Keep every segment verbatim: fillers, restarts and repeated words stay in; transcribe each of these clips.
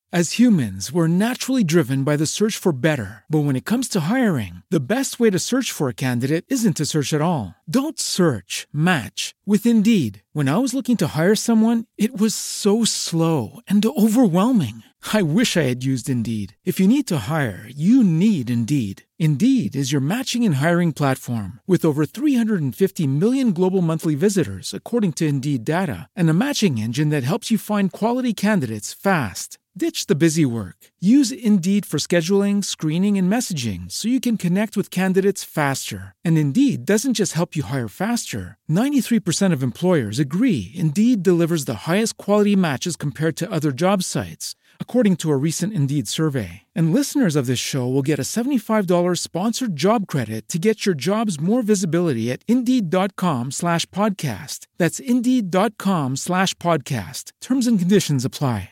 As humans, we're naturally driven by the search for better. But when it comes to hiring, the best way to search for a candidate isn't to search at all. Don't search, match with Indeed. When I was looking to hire someone, it was so slow and overwhelming. I wish I had used Indeed. If you need to hire, you need Indeed. Indeed is your matching and hiring platform with over three hundred fifty million global monthly visitors, according to Indeed data, and a matching engine that helps you find quality candidates fast. Ditch the busy work. Use Indeed for scheduling, screening, and messaging so you can connect with candidates faster. And Indeed doesn't just help you hire faster. ninety-three percent of employers agree Indeed delivers the highest quality matches compared to other job sites, according to a recent Indeed survey. And listeners of this show will get a seventy-five dollars sponsored job credit to get your jobs more visibility at Indeed.com slash podcast. That's Indeed.com slash podcast. Terms and conditions apply.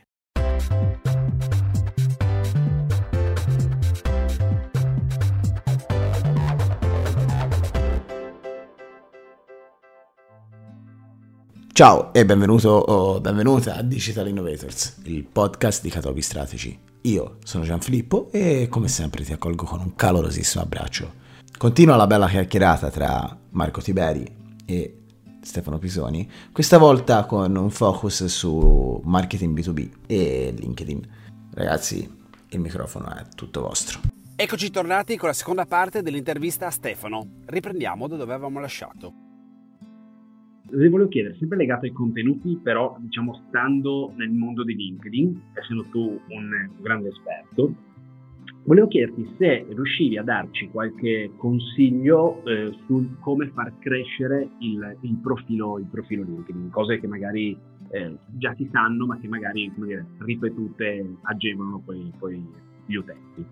Ciao e benvenuto o benvenuta a Digital Innovators, il podcast di Catopi Strategy. Io sono Gianfilippo e come sempre ti accolgo con un calorosissimo abbraccio. Continua la bella chiacchierata tra Marco Tiberi e Stefano Pisoni, questa volta con un focus su marketing B due B e LinkedIn. Ragazzi, il microfono è tutto vostro. Eccoci tornati con la seconda parte dell'intervista a Stefano. Riprendiamo da dove avevamo lasciato. Vi volevo chiedere, sempre legato ai contenuti, però diciamo stando nel mondo di LinkedIn, essendo tu un grande esperto, volevo chiederti se riuscivi a darci qualche consiglio eh, su come far crescere il, il, profilo, il profilo LinkedIn, cose che magari eh, già si sanno, ma che magari, come dire, ripetute agevolano poi, poi gli utenti.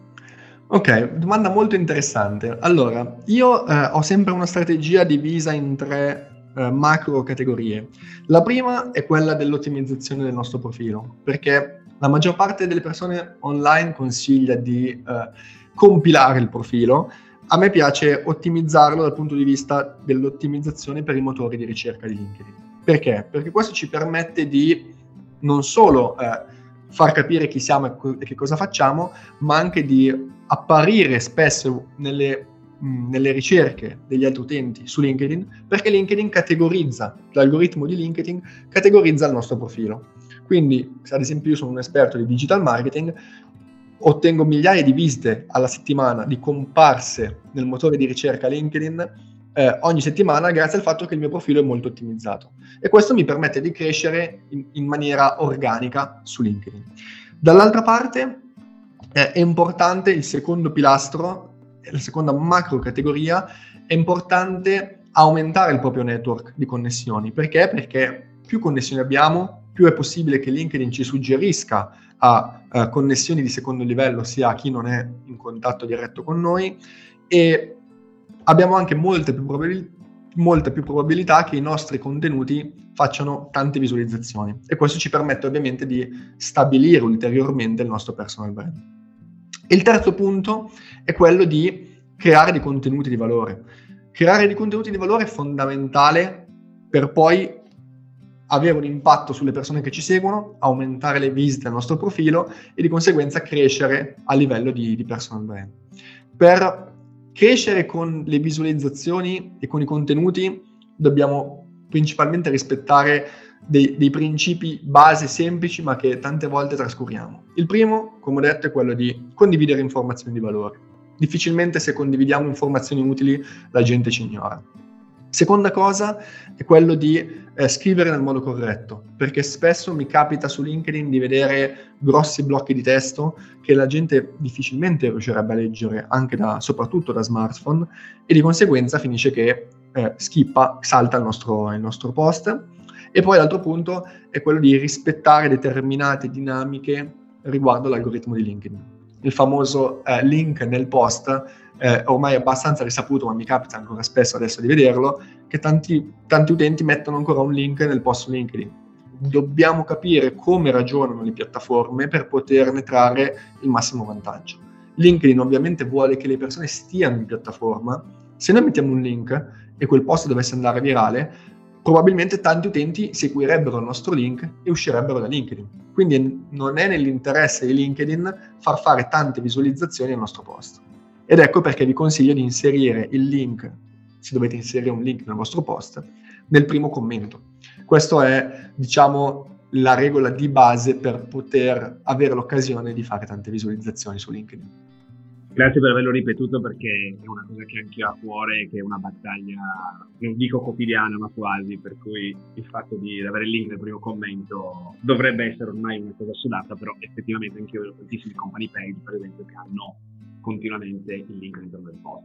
Ok, domanda molto interessante. Allora, io eh, ho sempre una strategia divisa in tre Uh, macro categorie. La prima è quella dell'ottimizzazione del nostro profilo, perché la maggior parte delle persone online consiglia di uh, compilare il profilo. A me piace ottimizzarlo dal punto di vista dell'ottimizzazione per i motori di ricerca di LinkedIn. Perché? Perché questo ci permette di non solo uh, far capire chi siamo e, co- e che cosa facciamo, ma anche di apparire spesso nelle nelle ricerche degli altri utenti su LinkedIn, perché LinkedIn categorizza, l'algoritmo di LinkedIn categorizza il nostro profilo. Quindi, se ad esempio io sono un esperto di digital marketing, ottengo migliaia di visite alla settimana, di comparse nel motore di ricerca LinkedIn eh, ogni settimana, grazie al fatto che il mio profilo è molto ottimizzato. E questo mi permette di crescere in, in maniera organica su LinkedIn. Dall'altra parte eh, è importante il secondo pilastro, la seconda macro categoria, è importante aumentare il proprio network di connessioni. Perché? Perché più connessioni abbiamo, più è possibile che LinkedIn ci suggerisca a, a connessioni di secondo livello, sia a chi non è in contatto diretto con noi, e abbiamo anche molte più, probabil- molte più probabilità che i nostri contenuti facciano tante visualizzazioni. E questo ci permette ovviamente di stabilire ulteriormente il nostro personal brand. Il terzo punto è quello di creare dei contenuti di valore. Creare dei contenuti di valore è fondamentale per poi avere un impatto sulle persone che ci seguono, aumentare le visite al nostro profilo e di conseguenza crescere a livello di, di personal brand. Per crescere con le visualizzazioni e con i contenuti dobbiamo principalmente rispettare Dei, dei principi base semplici ma che tante volte trascuriamo. Il primo, come ho detto, è quello di condividere informazioni di valore. Difficilmente se condividiamo informazioni utili la gente ci ignora. Seconda cosa è quello di eh, scrivere nel modo corretto, perché spesso mi capita su LinkedIn di vedere grossi blocchi di testo che la gente difficilmente riuscirebbe a leggere, anche da, soprattutto da smartphone, e di conseguenza finisce che eh, skippa, salta il nostro, il nostro post. E poi l'altro punto è quello di rispettare determinate dinamiche riguardo l'algoritmo di LinkedIn. Il famoso eh, link nel post eh, ormai è abbastanza risaputo, ma mi capita ancora spesso adesso di vederlo, che tanti, tanti utenti mettono ancora un link nel post su LinkedIn. Dobbiamo capire come ragionano le piattaforme per poterne trarre il massimo vantaggio. LinkedIn ovviamente vuole che le persone stiano in piattaforma. Se noi mettiamo un link e quel post dovesse andare virale, probabilmente tanti utenti seguirebbero il nostro link e uscirebbero da LinkedIn. Quindi non è nell'interesse di LinkedIn far fare tante visualizzazioni al nostro post. Ed ecco perché vi consiglio di inserire il link, se dovete inserire un link nel vostro post, nel primo commento. Questo è, diciamo, la regola di base per poter avere l'occasione di fare tante visualizzazioni su LinkedIn. Grazie per averlo ripetuto, perché è una cosa che anche io ho a cuore, che è una battaglia, non dico quotidiana, ma quasi, per cui il fatto di avere il link nel primo commento dovrebbe essere ormai una cosa assodata, però effettivamente anche io vedo tantissimi company page, per esempio, che hanno continuamente il link all'interno del post.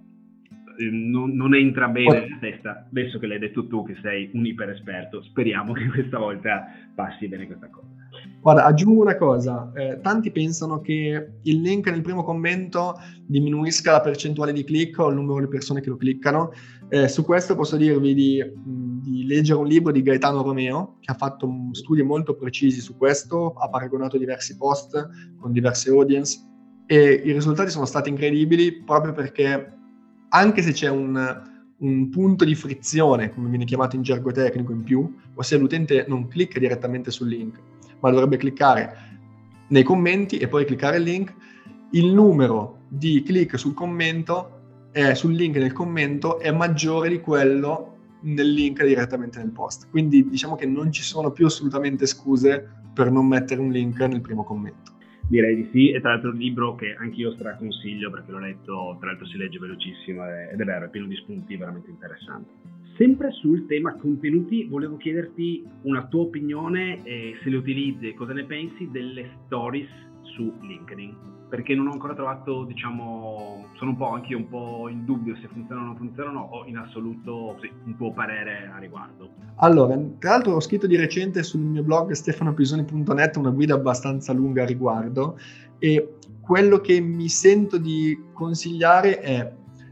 Non, non entra bene nella testa, adesso che l'hai detto tu che sei un iper esperto, speriamo che questa volta passi bene questa cosa. Guarda, aggiungo una cosa, eh, tanti pensano che il link nel primo commento diminuisca la percentuale di click o il numero di persone che lo cliccano. Eh, su questo posso dirvi di, di leggere un libro di Gaetano Romeo, che ha fatto studi molto precisi su questo, ha paragonato diversi post con diverse audience e i risultati sono stati incredibili, proprio perché anche se c'è un, un punto di frizione, come viene chiamato in gergo tecnico, in più, ossia l'utente non clicca direttamente sul link, ma dovrebbe cliccare nei commenti e poi cliccare il link, il numero di click sul commento, eh, sul link nel commento è maggiore di quello nel link direttamente nel post. Quindi diciamo che non ci sono più assolutamente scuse per non mettere un link nel primo commento. Direi di sì, e tra l'altro è un libro che anch'io straconsiglio perché l'ho letto, tra l'altro si legge velocissimo ed è vero, è pieno di spunti veramente interessanti. Sempre sul tema contenuti, volevo chiederti una tua opinione, eh, se le utilizzi e cosa ne pensi delle stories su LinkedIn, perché non ho ancora trovato, diciamo, sono un po' anch'io un po' in dubbio se funzionano o non funzionano, o in assoluto sì, un tuo parere a riguardo. Allora, tra l'altro ho scritto di recente sul mio blog stefano pisoni punto net una guida abbastanza lunga a riguardo, e quello che mi sento di consigliare è: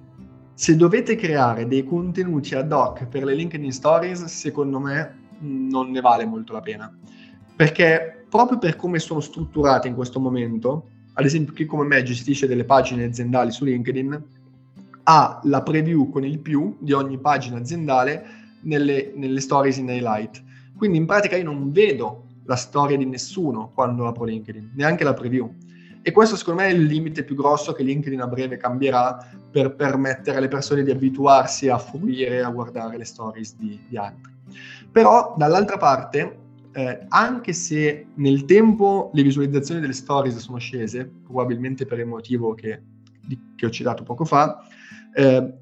se dovete creare dei contenuti ad hoc per le LinkedIn Stories, secondo me non ne vale molto la pena, perché proprio per come sono strutturate in questo momento, ad esempio chi come me gestisce delle pagine aziendali su LinkedIn ha la preview con il più di ogni pagina aziendale nelle, nelle stories in highlight, quindi in pratica io non vedo la storia di nessuno quando apro LinkedIn, neanche la preview. E questo secondo me è il limite più grosso che LinkedIn a breve cambierà per permettere alle persone di abituarsi a fruire, a guardare le stories di, di altri. Però dall'altra parte, eh, anche se nel tempo le visualizzazioni delle stories sono scese, probabilmente per il motivo che, di, che ho citato poco fa, eh,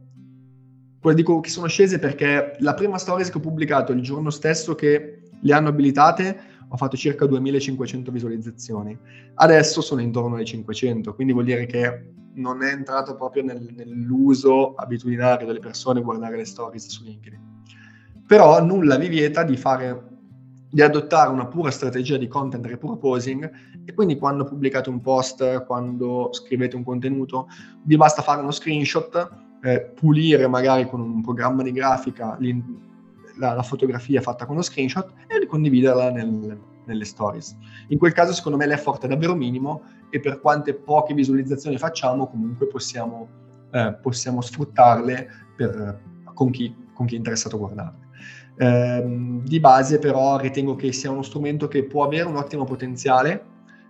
dico che sono scese perché la prima stories che ho pubblicato il giorno stesso che le hanno abilitate ho fatto circa duemilacinquecento visualizzazioni, adesso sono intorno ai cinquecento, quindi vuol dire che non è entrato proprio nel, nell'uso abitudinario delle persone guardare le stories su LinkedIn. Però nulla vi vieta di fare, di adottare una pura strategia di content repurposing, e quindi quando pubblicate un post, quando scrivete un contenuto, vi basta fare uno screenshot, eh, pulire magari con un programma di grafica La, la fotografia fatta con lo screenshot e condividerla nel, nelle stories. In quel caso secondo me l'effort è davvero minimo, e per quante poche visualizzazioni facciamo comunque possiamo, eh, possiamo sfruttarle per, con, chi, con chi è interessato a guardarle. Eh, di base però ritengo che sia uno strumento che può avere un ottimo potenziale,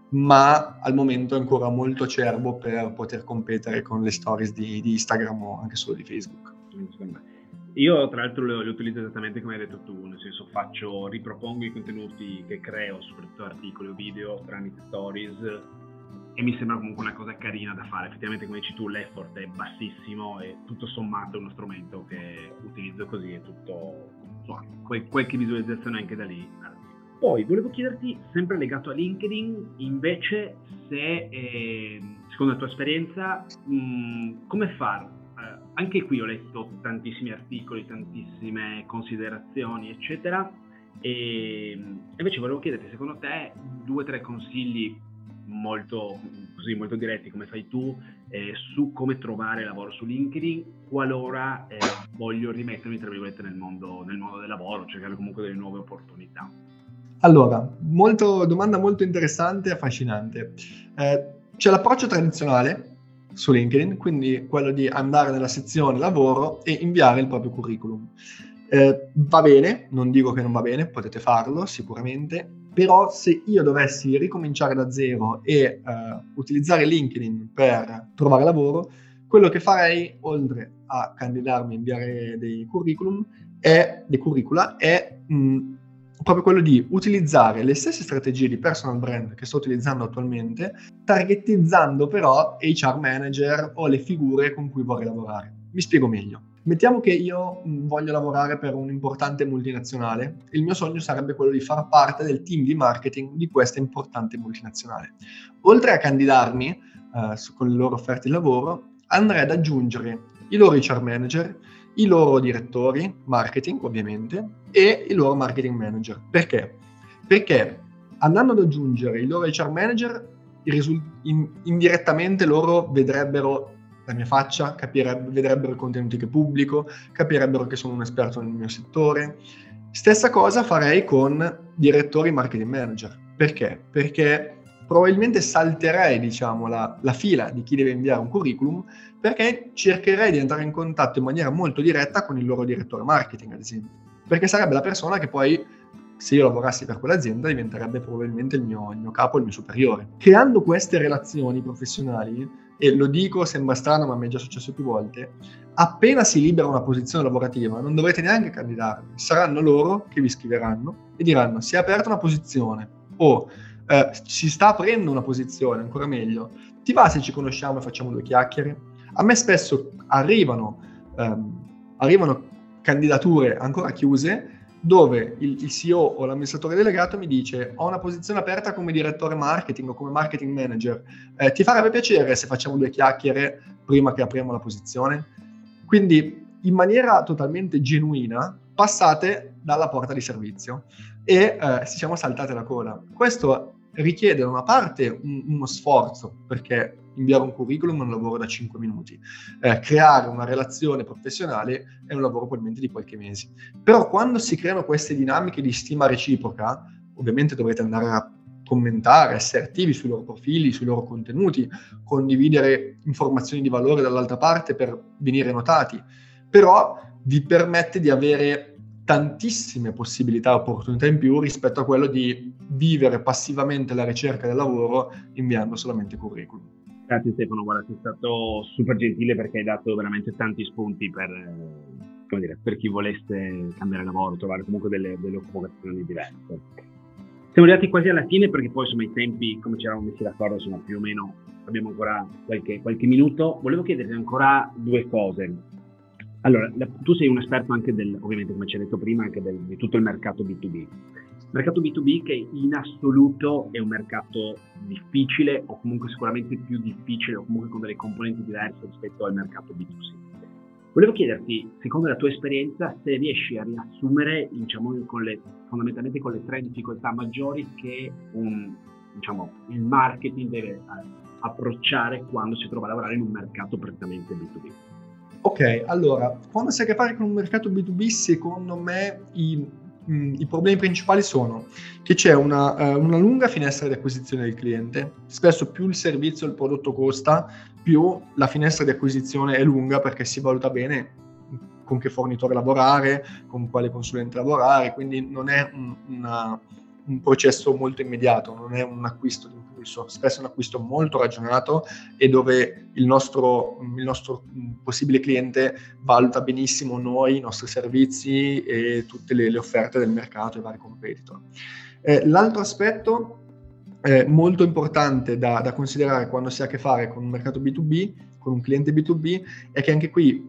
ma al momento è ancora molto acerbo per poter competere con le stories di, di Instagram o anche solo di Facebook. Io tra l'altro le, le utilizzo esattamente come hai detto tu, nel senso faccio, ripropongo i contenuti che creo, soprattutto articoli o video, tramite stories, e mi sembra comunque una cosa carina da fare. Effettivamente, come dici tu, l'effort è bassissimo e tutto sommato è uno strumento che utilizzo così, e tutto, insomma, quel, qualche visualizzazione anche da lì. Poi volevo chiederti, sempre legato a LinkedIn, invece, se eh, secondo la tua esperienza mh, come far? Anche qui ho letto tantissimi articoli, tantissime considerazioni, eccetera, e invece volevo chiederti, secondo te, due o tre consigli molto, così, molto diretti, come fai tu, eh, su come trovare lavoro su LinkedIn, qualora eh, voglio rimettermi, tra virgolette, nel mondo, nel mondo del lavoro, cercare comunque delle nuove opportunità. Allora, molto, domanda molto interessante e affascinante. Eh, c'è l'approccio tradizionale su LinkedIn, quindi quello di andare nella sezione lavoro e inviare il proprio curriculum. Eh, va bene, non dico che non va bene, potete farlo sicuramente, però se io dovessi ricominciare da zero e uh, utilizzare LinkedIn per trovare lavoro, quello che farei, oltre a candidarmi e inviare dei curriculum, è, dei curricula, è mh, proprio quello di utilizzare le stesse strategie di personal brand che sto utilizzando attualmente, targetizzando però H R manager o le figure con cui vorrei lavorare. Mi spiego meglio. Mettiamo che io voglio lavorare per un'importante multinazionale. Il mio sogno sarebbe quello di far parte del team di marketing di questa importante multinazionale. Oltre a candidarmi eh, su, con le loro offerte di lavoro, andrei ad aggiungere i loro H R manager, i loro direttori marketing ovviamente e i loro marketing manager. Perché? Perché andando ad aggiungere i loro H R manager, risul- in- indirettamente loro vedrebbero la mia faccia, capirebbero, vedrebbero i contenuti che pubblico, capirebbero che sono un esperto nel mio settore. Stessa cosa farei con direttori marketing manager. Perché? Perché probabilmente salterei, diciamo, la, la fila di chi deve inviare un curriculum, perché cercherei di entrare in contatto in maniera molto diretta con il loro direttore marketing, ad esempio. Perché sarebbe la persona che poi, se io lavorassi per quell'azienda, diventerebbe probabilmente il mio, il mio capo, il mio superiore. Creando queste relazioni professionali, e lo dico, sembra strano, ma mi è già successo più volte, appena si libera una posizione lavorativa, non dovrete neanche candidarvi, saranno loro che vi scriveranno e diranno: si è aperta una posizione, o eh, si sta aprendo una posizione, ancora meglio, ti va se ci conosciamo e facciamo due chiacchiere? A me spesso arrivano, ehm, arrivano candidature ancora chiuse, dove il, il C E O o l'amministratore delegato mi dice: ho una posizione aperta come direttore marketing o come marketing manager, eh, ti farebbe piacere se facciamo due chiacchiere prima che apriamo la posizione? Quindi in maniera totalmente genuina passate dalla porta di servizio e eh, ci siamo saltate la coda. Questo richiede da una parte un, uno sforzo, perché inviare un curriculum è un lavoro da cinque minuti, eh, creare una relazione professionale è un lavoro probabilmente di qualche mese. Però quando si creano queste dinamiche di stima reciproca, ovviamente dovrete andare a commentare, essere attivi sui loro profili, sui loro contenuti, condividere informazioni di valore dall'altra parte per venire notati, però vi permette di avere tantissime possibilità e opportunità in più rispetto a quello di vivere passivamente la ricerca del lavoro inviando solamente curriculum. Grazie Stefano, guarda, sei stato super gentile perché hai dato veramente tanti spunti per, come dire, per chi volesse cambiare lavoro, trovare comunque delle, delle occupazioni diverse. Siamo arrivati quasi alla fine perché poi insomma i tempi, come ci eravamo messi d'accordo, insomma più o meno abbiamo ancora qualche, qualche minuto. Volevo chiederti ancora due cose. Allora, la, tu sei un esperto anche del, ovviamente come ci hai detto prima, anche del, di tutto il mercato B due B. Mercato B due B che in assoluto è un mercato difficile o comunque sicuramente più difficile o comunque con delle componenti diverse rispetto al mercato B due C. Volevo chiederti, secondo la tua esperienza, se riesci a riassumere, diciamo, con le, fondamentalmente con le tre difficoltà maggiori che un, diciamo, il marketing deve eh, approcciare quando si trova a lavorare in un mercato prettamente B due B. Ok, allora, quando si ha a che fare con un mercato B due B, secondo me i, mh, i problemi principali sono che c'è una, uh, una lunga finestra di acquisizione del cliente. Spesso più il servizio o il prodotto costa, più la finestra di acquisizione è lunga, perché si valuta bene con che fornitore lavorare, con quale consulente lavorare, quindi non è un, una, un processo molto immediato, non è un acquisto di impulso, spesso è un acquisto molto ragionato e dove il nostro, il nostro possibile cliente valuta benissimo noi, i nostri servizi e tutte le, le offerte del mercato e i vari competitor. Eh, l'altro aspetto eh, molto importante da, da considerare quando si ha a che fare con un mercato B due B, con un cliente B due B, è che anche qui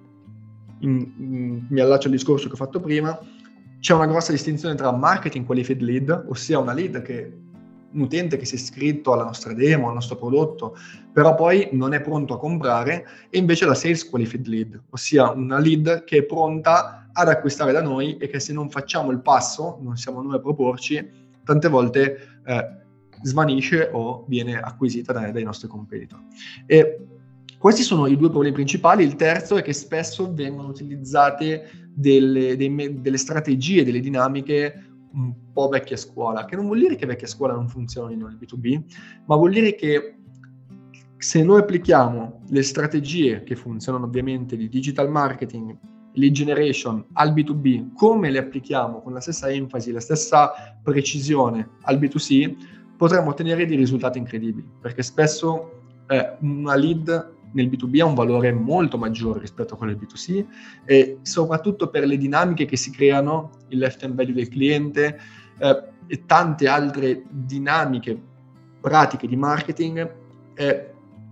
in, in, mi allaccio al discorso che ho fatto prima. C'è una grossa distinzione tra marketing qualified lead, ossia una lead che un utente che si è iscritto alla nostra demo, al nostro prodotto, però poi non è pronto a comprare, e invece la sales qualified lead, ossia una lead che è pronta ad acquistare da noi e che se non facciamo il passo, non siamo noi a proporci, tante volte eh, svanisce o viene acquisita dai, dai nostri competitor. E questi sono i due problemi principali. Il terzo è che spesso vengono utilizzate delle, dei, delle strategie, delle dinamiche un po' vecchia scuola, che non vuol dire che vecchia scuola non funzionino nel B due B, ma vuol dire che se noi applichiamo le strategie che funzionano ovviamente di digital marketing lead generation al B due B, come le applichiamo con la stessa enfasi, la stessa precisione al B due C, potremmo ottenere dei risultati incredibili, perché spesso eh, una lead nel B due B ha un valore molto maggiore rispetto a quello del B due C, e soprattutto per le dinamiche che si creano, il lifetime value del cliente eh, e tante altre dinamiche pratiche di marketing. eh,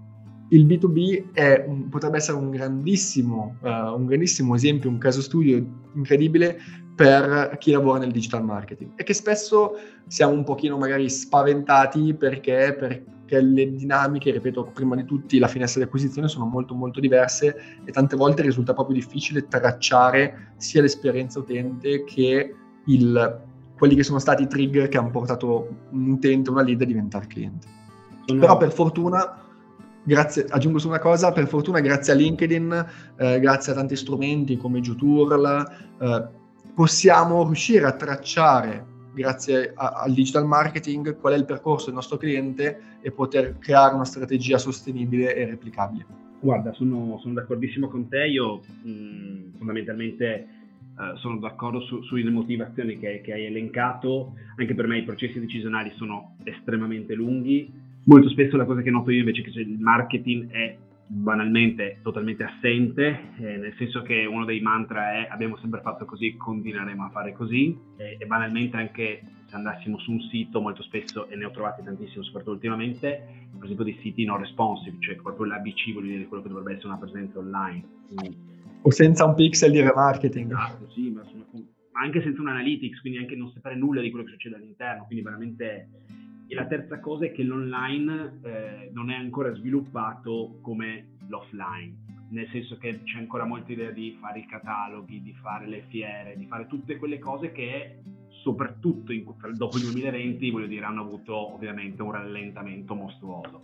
il B due B è un, potrebbe essere un grandissimo, uh, un grandissimo esempio, un caso studio incredibile per chi lavora nel digital marketing, e che spesso siamo un pochino magari spaventati perché, perché le dinamiche, ripeto, prima di tutti la finestra di acquisizione sono molto molto diverse, e tante volte risulta proprio difficile tracciare sia l'esperienza utente che il, quelli che sono stati i trigger che hanno portato un utente, una lead a diventare cliente. Sono... Però per fortuna, grazie, aggiungo su una cosa, per fortuna grazie a LinkedIn, eh, grazie a tanti strumenti come Juturl, eh, possiamo riuscire a tracciare, grazie a, al digital marketing, qual è il percorso del nostro cliente e poter creare una strategia sostenibile e replicabile. Guarda, sono, sono d'accordissimo con te. Io mh, fondamentalmente uh, sono d'accordo su, sulle motivazioni che, che hai elencato. Anche per me i processi decisionali sono estremamente lunghi. Molto spesso la cosa che noto io invece è che il marketing è banalmente totalmente assente, eh, nel senso che uno dei mantra è abbiamo sempre fatto così, continueremo a fare così, eh, e banalmente anche se andassimo su un sito molto spesso, e ne ho trovati tantissimo soprattutto ultimamente, per esempio dei siti non responsive, cioè proprio l'A B C vuol dire quello che dovrebbe essere una presenza online. Quindi, o senza un pixel di remarketing. Esatto, sì, ma, sono, ma anche senza un analytics, quindi anche non sapere nulla di quello che succede all'interno, quindi veramente. E la terza cosa è che l'online eh, non è ancora sviluppato come l'offline, nel senso che c'è ancora molta idea di fare i cataloghi, di fare le fiere, di fare tutte quelle cose che soprattutto in, dopo il duemilaventi, voglio dire, hanno avuto ovviamente un rallentamento mostruoso.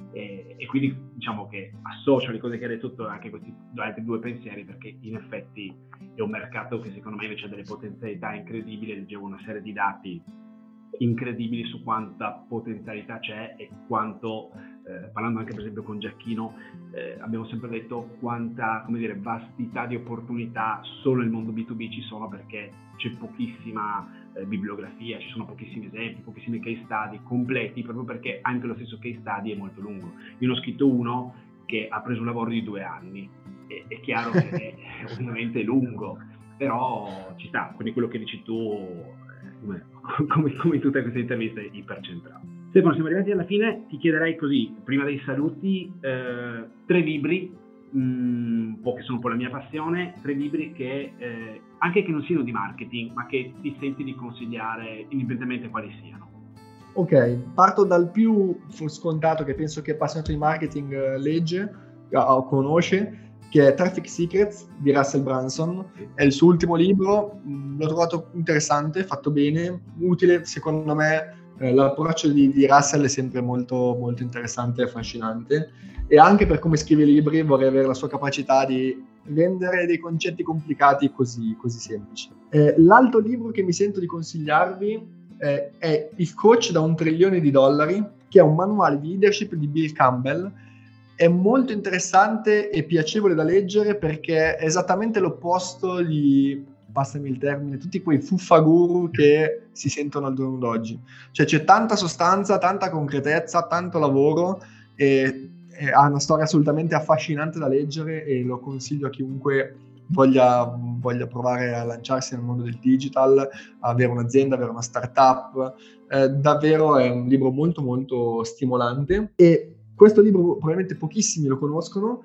E, e quindi diciamo che associo le cose che hai detto anche questi altri due pensieri, perché in effetti è un mercato che secondo me invece ha delle potenzialità incredibili. Leggevo una serie di dati incredibili su quanta potenzialità c'è e quanto, eh, parlando anche per esempio con Giacchino, eh, abbiamo sempre detto quanta, come dire, vastità di opportunità solo nel mondo B due B ci sono, perché c'è pochissima eh, bibliografia, ci sono pochissimi esempi, pochissimi case study completi, proprio perché anche lo stesso case study è molto lungo. Io ne ho scritto uno che ha preso un lavoro di due anni, e, è chiaro che è ovviamente lungo, però ci sta, quindi quello che dici tu, Come, come, come in tutte queste interviste, ipercentrale. Stefano, siamo arrivati alla fine. Ti chiederei così, prima dei saluti, eh, tre libri, mh, un po' che sono un po' la mia passione, tre libri che eh, anche che non siano di marketing, ma che ti senti di consigliare indipendentemente quali siano. Ok, parto dal più scontato, che penso che appassionato di marketing legge o conosce, che è Traffic Secrets di Russell Brunson. È il suo ultimo libro, l'ho trovato interessante, fatto bene, utile, secondo me. Eh, l'approccio di, di Russell è sempre molto, molto interessante e affascinante, e anche per come scrive i libri vorrei avere la sua capacità di rendere dei concetti complicati così, così semplici. Eh, l'altro libro che mi sento di consigliarvi eh, è Il coach da un trilione di dollari, che è un manuale di leadership di Bill Campbell. È molto interessante e piacevole da leggere, perché è esattamente l'opposto di, passami il termine, tutti quei fuffaguru che si sentono al giorno d'oggi. Cioè c'è tanta sostanza, tanta concretezza, tanto lavoro, e, e ha una storia assolutamente affascinante da leggere, e lo consiglio a chiunque voglia, voglia provare a lanciarsi nel mondo del digital, a avere un'azienda, avere una startup. Eh, davvero è un libro molto molto stimolante, e questo libro probabilmente pochissimi lo conoscono,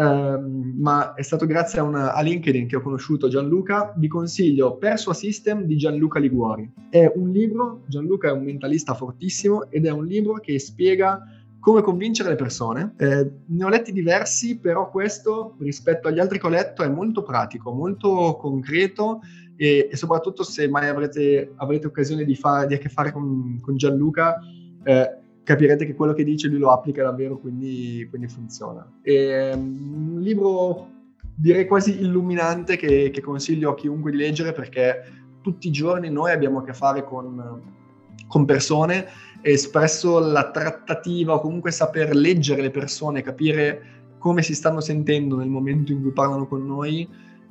ehm, ma è stato grazie a, una, a LinkedIn che ho conosciuto Gianluca. Vi consiglio Persuasive System di Gianluca Liguori. È un libro, Gianluca è un mentalista fortissimo, ed è un libro che spiega come convincere le persone. Eh, ne ho letti diversi, però questo, rispetto agli altri che ho letto, è molto pratico, molto concreto, e, e soprattutto se mai avrete, avrete occasione di, fare, di a che fare con, con Gianluca, eh, capirete che quello che dice lui lo applica davvero, quindi, quindi funziona. È un libro, direi quasi illuminante, che, che consiglio a chiunque di leggere, perché tutti i giorni noi abbiamo a che fare con, con persone, e spesso la trattativa, o comunque saper leggere le persone, capire come si stanno sentendo nel momento in cui parlano con noi,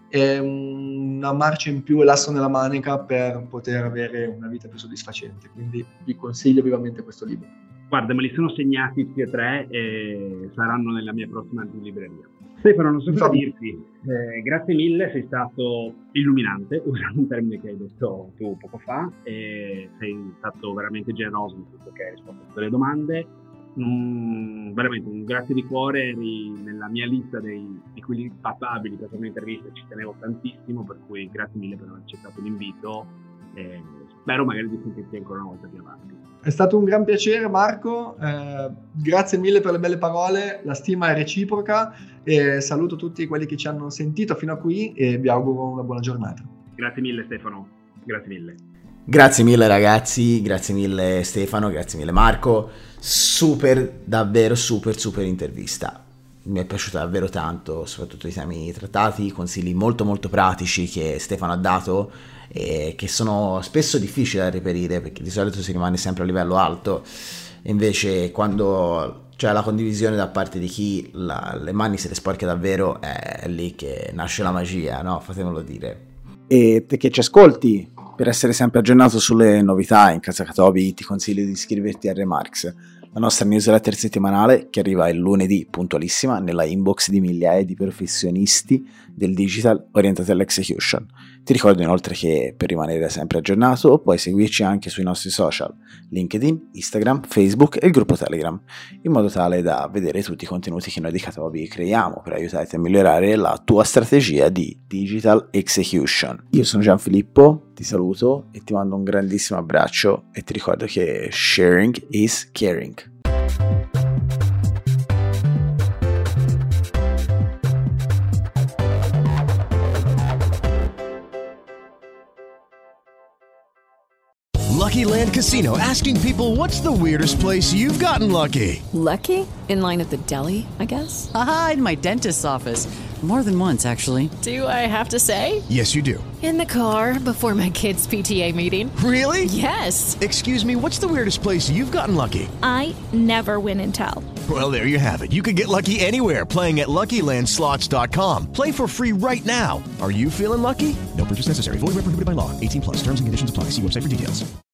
è una marcia in più e l'asso nella manica per poter avere una vita più soddisfacente. Quindi vi consiglio vivamente questo libro. Guarda, me li sono segnati tutti e tre e saranno nella mia prossima libreria. Stefano, non so cosa dirti. Eh, grazie mille, sei stato illuminante, usando un termine che hai detto tu poco fa, e sei stato veramente generoso in tutto che hai risposto a tutte le domande. Mm, veramente un grazie di cuore, eri nella mia lista dei, di quelli papabili per questa intervista, ci tenevo tantissimo, per cui grazie mille per aver accettato l'invito e spero magari di sentirti ancora una volta più avanti. È stato un gran piacere, Marco, eh, grazie mille per le belle parole, la stima è reciproca e saluto tutti quelli che ci hanno sentito fino a qui e vi auguro una buona giornata. Grazie mille Stefano, grazie mille. Grazie mille ragazzi, grazie mille Stefano, grazie mille Marco, super, davvero super super intervista. Mi è piaciuta davvero tanto, soprattutto i temi trattati, i consigli molto molto pratici che Stefano ha dato e che sono spesso difficili da reperire perché di solito si rimane sempre a livello alto, e invece quando c'è la condivisione da parte di chi la, le mani se le sporca davvero è, è lì che nasce la magia, no? Fatemelo dire. E te che ci ascolti, per essere sempre aggiornato sulle novità in Casa Catobi ti consiglio di iscriverti a Remarks, la nostra newsletter settimanale che arriva il lunedì puntualissima nella inbox di migliaia di professionisti del digital orientati all'execution. Ti ricordo inoltre che per rimanere sempre aggiornato puoi seguirci anche sui nostri social, LinkedIn, Instagram, Facebook e il gruppo Telegram, in modo tale da vedere tutti i contenuti che noi di Catobi creiamo per aiutarti a migliorare la tua strategia di digital execution. Io sono Gianfilippo, ti saluto e ti mando un grandissimo abbraccio e ti ricordo che sharing is caring. Lucky Land Casino, asking people, what's the weirdest place you've gotten lucky? Lucky? In line at the deli, I guess? Aha, in my dentist's office. More than once, actually. Do I have to say? Yes, you do. In the car before my kids' P T A meeting. Really? Yes. Excuse me, what's the weirdest place you've gotten lucky? I never win and tell. Well, there you have it. You can get lucky anywhere, playing at Lucky Land Slots dot com. Play for free right now. Are you feeling lucky? No purchase necessary. Void where prohibited by law. eighteen plus. Terms and conditions apply. See website for details.